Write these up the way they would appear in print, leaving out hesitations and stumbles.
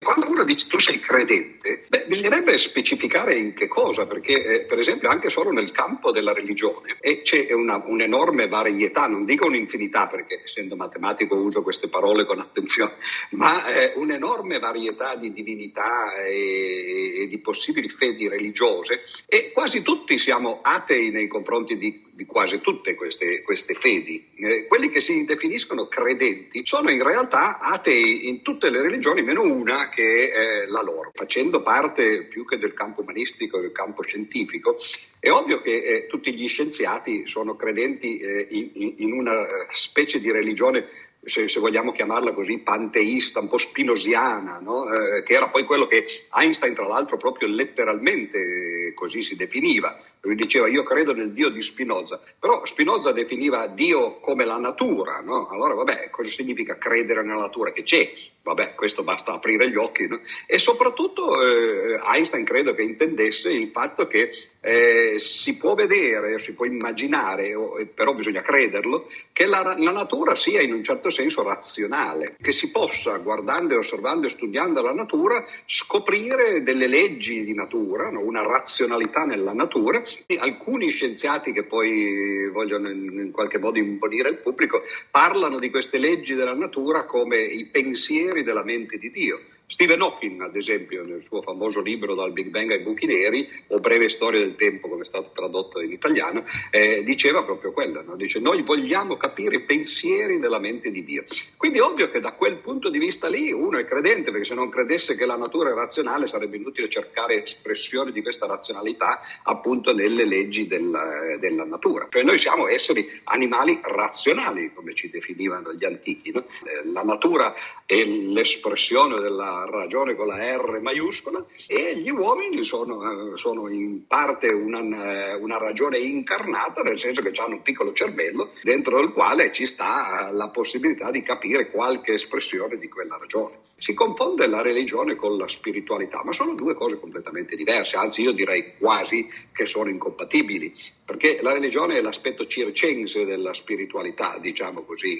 quando uno dice tu sei credente, bisognerebbe specificare in che cosa, perché per esempio anche solo nel campo della religione c'è un'enorme varietà, non dico un'infinità perché essendo matematico uso queste parole con attenzione, ma un'enorme varietà di divinità e di possibili fedi religiose, e quasi tutti siamo atei nei confronti di quasi tutte queste fedi. Quelli che si definiscono credenti sono in realtà atei in tutte le religioni meno una che è la loro, facendo parte più che del campo umanistico del campo scientifico. È ovvio che tutti gli scienziati sono credenti in una specie di religione, se vogliamo chiamarla così, panteista, un po' spinosiana, no? Che era poi quello che Einstein tra l'altro proprio letteralmente così si definiva. Lui diceva io credo nel Dio di Spinoza, però Spinoza definiva Dio come la natura, no? Allora vabbè, cosa significa credere nella natura? Che c'è, vabbè, questo basta aprire gli occhi, no? E soprattutto Einstein credo che intendesse il fatto che si può vedere, si può immaginare, però bisogna crederlo, che la natura sia in un certo senso razionale, che si possa, guardando e osservando e studiando la natura, scoprire delle leggi di natura, no? Una razionalità nella natura. Alcuni scienziati che poi vogliono in qualche modo imbonire il pubblico parlano di queste leggi della natura come i pensieri della mente di Dio. Stephen Hawking, ad esempio, nel suo famoso libro Dal Big Bang ai buchi neri, o Breve storia del tempo, come è stato tradotto in italiano, diceva proprio quello, no? Dice noi vogliamo capire i pensieri della mente di Dio. Quindi è ovvio che da quel punto di vista lì uno è credente, perché se non credesse che la natura è razionale sarebbe inutile cercare espressione di questa razionalità appunto nelle leggi della natura. Cioè noi siamo esseri animali razionali, come ci definivano gli antichi, no? La natura è l'espressione della ragione con la R maiuscola, e gli uomini sono in parte una ragione incarnata, nel senso che hanno un piccolo cervello dentro il quale ci sta la possibilità di capire qualche espressione di quella ragione. Si confonde la religione con la spiritualità, ma sono due cose completamente diverse, anzi io direi quasi che sono incompatibili, perché la religione è l'aspetto circense della spiritualità, diciamo così,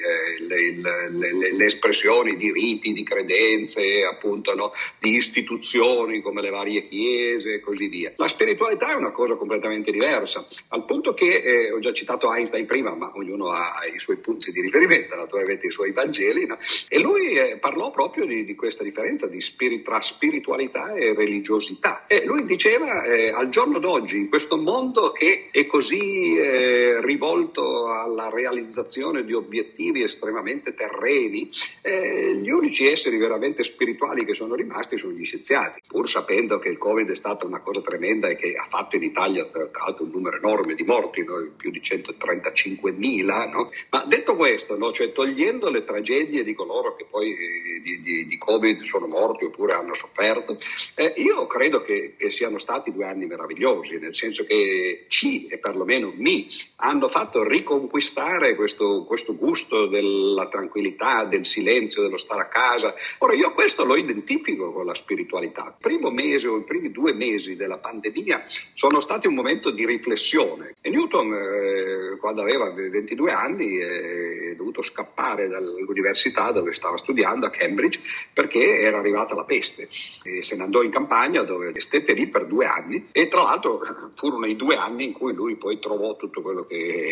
le espressioni di riti, di credenze, appunto, no? Di istituzioni come le varie chiese e così via. La spiritualità è una cosa completamente diversa, al punto che ho già citato Einstein prima, ma ognuno ha i suoi punti di riferimento, naturalmente i suoi Vangeli, no? E lui parlò proprio di questa differenza tra spiritualità e religiosità. E lui diceva al giorno d'oggi, in questo mondo che è così rivolto alla realizzazione di obiettivi estremamente terreni, gli unici esseri veramente spirituali che sono rimasti sono gli scienziati, pur sapendo che il Covid è stata una cosa tremenda e che ha fatto in Italia tra l'altro un numero enorme di morti, no? Più di 135.000, no? Ma detto questo, no? Cioè togliendo le tragedie di coloro che poi di Covid sono morti oppure hanno sofferto, io credo che siano stati 2 anni meravigliosi, nel senso che e perlomeno mi hanno fatto riconquistare questo gusto della tranquillità, del silenzio, dello stare a casa. Ora io questo lo identifico con la spiritualità. Il primo mese o i primi 2 mesi della pandemia sono stati un momento di riflessione, e Newton quando aveva 22 anni è dovuto scappare dall'università dove stava studiando a Cambridge perché era arrivata la peste, e se ne andò in campagna dove stette lì per 2 anni, e tra l'altro furono i 2 anni in cui lui poi trovò tutto quello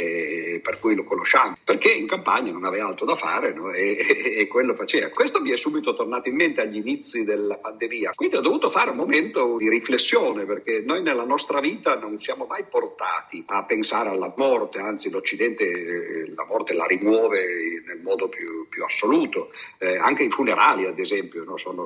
per cui lo conosciamo, perché in campagna non aveva altro da fare, no? e quello faceva. Questo mi è subito tornato in mente agli inizi della pandemia, quindi ho dovuto fare un momento di riflessione, perché noi nella nostra vita non siamo mai portati a pensare alla morte, anzi l'Occidente la morte la rimuove nel modo più assoluto, anche i funerali ad esempio, no? sono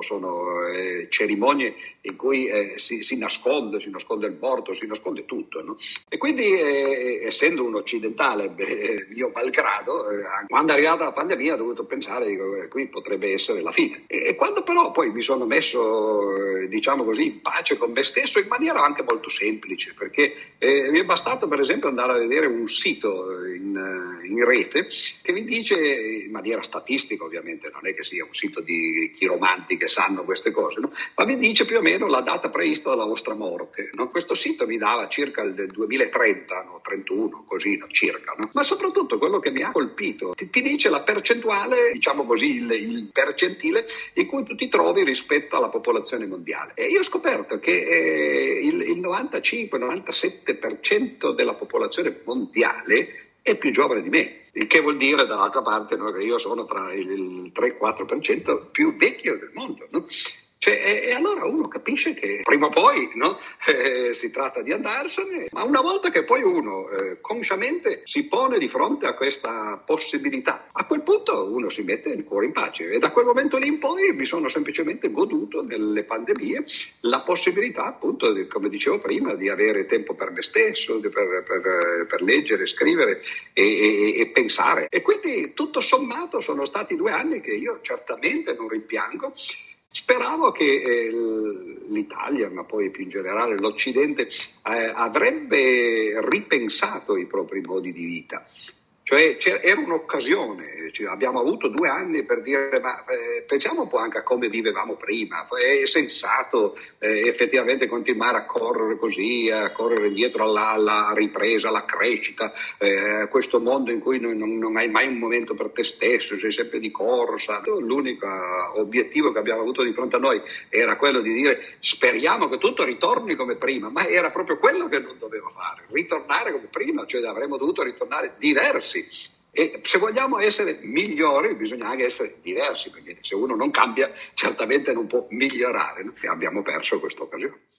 cerimonie in cui si nasconde il morto, si nasconde tutto, no? E quindi essendo un occidentale, mio malgrado, quando è arrivata la pandemia ho dovuto pensare, dico, qui potrebbe essere la fine. E quando però poi mi sono messo, diciamo così, in pace con me stesso, in maniera anche molto semplice, perché mi è bastato per esempio andare a vedere un sito in rete che mi dice, in maniera statistica ovviamente, non è che sia un sito di chiromanti che sanno queste cose, no? Ma mi dice più o meno la data prevista della vostra morte, no? Questo sito mi dava circa il 2030, no? 31, così, no? Circa, no? Ma soprattutto quello che mi ha colpito ti dice la percentuale, diciamo così, il percentuale percentile in cui tu ti trovi rispetto alla popolazione mondiale. E io ho scoperto che il 95-97% della popolazione mondiale è più giovane di me, il che vuol dire dall'altra parte, no, che io sono tra il 3-4% più vecchio del mondo, no? E allora uno capisce che prima o poi, no, si tratta di andarsene, ma una volta che poi uno consciamente si pone di fronte a questa possibilità, a quel punto uno si mette il cuore in pace, e da quel momento lì in poi mi sono semplicemente goduto nelle pandemie la possibilità, appunto, come dicevo prima, di avere tempo per me stesso, per leggere, scrivere e pensare. E quindi tutto sommato sono stati 2 anni che io certamente non rimpiango. Speravo che l'Italia, ma poi più in generale l'Occidente, avrebbe ripensato i propri modi di vita. Cioè era un'occasione, abbiamo avuto 2 anni per dire ma pensiamo un po' anche a come vivevamo prima, è sensato effettivamente continuare a correre così, a correre dietro alla ripresa, alla crescita, questo mondo in cui non hai mai un momento per te stesso, sei sempre di corsa. L'unico obiettivo che abbiamo avuto di fronte a noi era quello di dire speriamo che tutto ritorni come prima, ma era proprio quello che non dovevo fare, ritornare come prima, cioè avremmo dovuto ritornare diversi. E se vogliamo essere migliori bisogna anche essere diversi, perché se uno non cambia certamente non può migliorare, no? E abbiamo perso questa occasione.